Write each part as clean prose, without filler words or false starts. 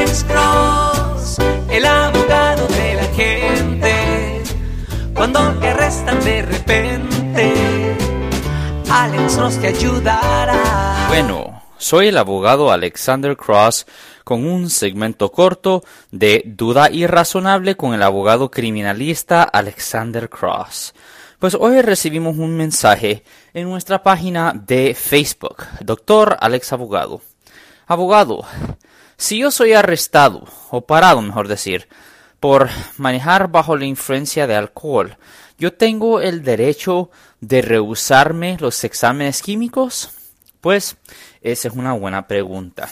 Alex Cross, el abogado de la gente. Cuando te arrestan de repente, Alex Cross te ayudará. Bueno, soy el abogado Alexander Cross con un segmento corto de Duda Irrazonable con el abogado criminalista Alexander Cross. Pues hoy recibimos un mensaje en nuestra página de Facebook, Dr. Alex Abogado. Abogado, si yo soy arrestado, o parado mejor decir, por manejar bajo la influencia de alcohol, ¿yo tengo el derecho de rehusarme los exámenes químicos? Pues esa es una buena pregunta.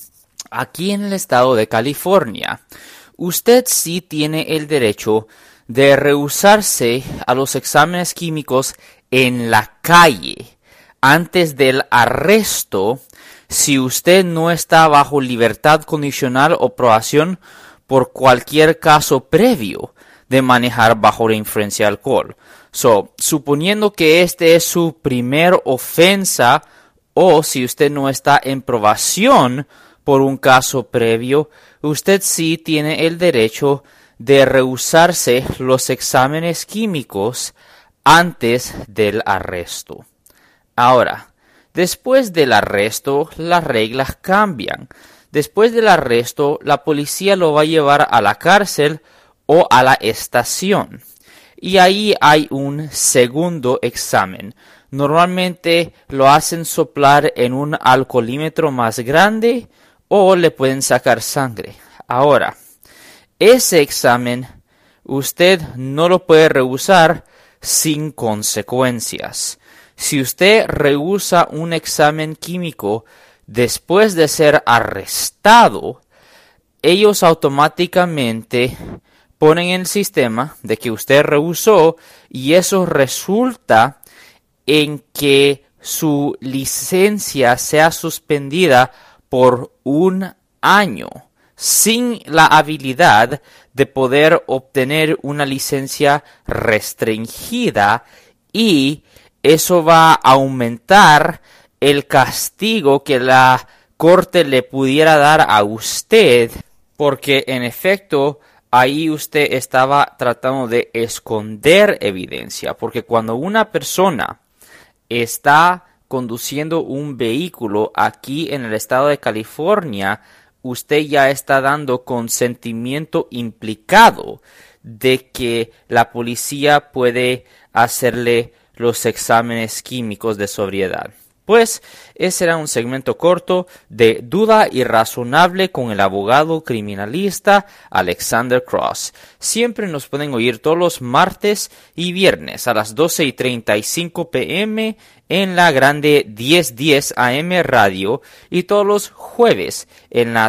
Aquí en el estado de California, usted sí tiene el derecho de rehusarse a los exámenes químicos en la calle antes del arresto si usted no está bajo libertad condicional o probación por cualquier caso previo de manejar bajo la influencia de alcohol. Suponiendo que este es su primer ofensa o si usted no está en probación por un caso previo, usted sí tiene el derecho de rehusarse los exámenes químicos antes del arresto. Ahora, después del arresto, las reglas cambian. Después del arresto, la policía lo va a llevar a la cárcel o a la estación. Y ahí hay un segundo examen. Normalmente lo hacen soplar en un alcoholímetro más grande o le pueden sacar sangre. Ahora, ese examen usted no lo puede rehusar sin consecuencias. Si usted rehúsa un examen químico después de ser arrestado, ellos automáticamente ponen en el sistema de que usted rehusó y eso resulta en que su licencia sea suspendida por un año sin la habilidad de poder obtener una licencia restringida y eso va a aumentar el castigo que la corte le pudiera dar a usted porque en efecto ahí usted estaba tratando de esconder evidencia porque cuando una persona está conduciendo un vehículo aquí en el estado de California, usted ya está dando consentimiento implicado de que la policía puede hacerle los exámenes químicos de sobriedad. Pues ese era un segmento corto de Duda Irrazonable con el abogado criminalista Alexander Cross. Siempre nos pueden oír todos los martes y viernes a las 12:35 p.m. en la grande 1010 AM radio y todos los jueves en la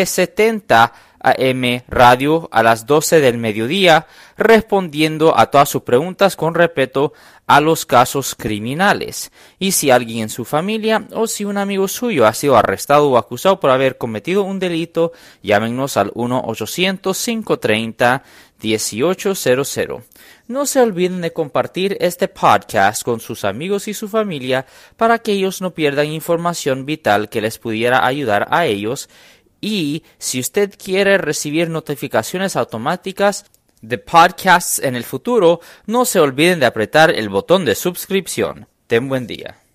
1370 AM radio a las 12 del mediodía, respondiendo a todas sus preguntas con respeto a los casos criminales. Y si alguien en su familia o si un amigo suyo ha sido arrestado o acusado por haber cometido un delito, llámenos al 1-800-530-1800. No se olviden de compartir este podcast con sus amigos y su familia para que ellos no pierdan información vital que les pudiera ayudar a ellos. Y si usted quiere recibir notificaciones automáticas de podcasts en el futuro, no se olviden de apretar el botón de suscripción. Ten buen día.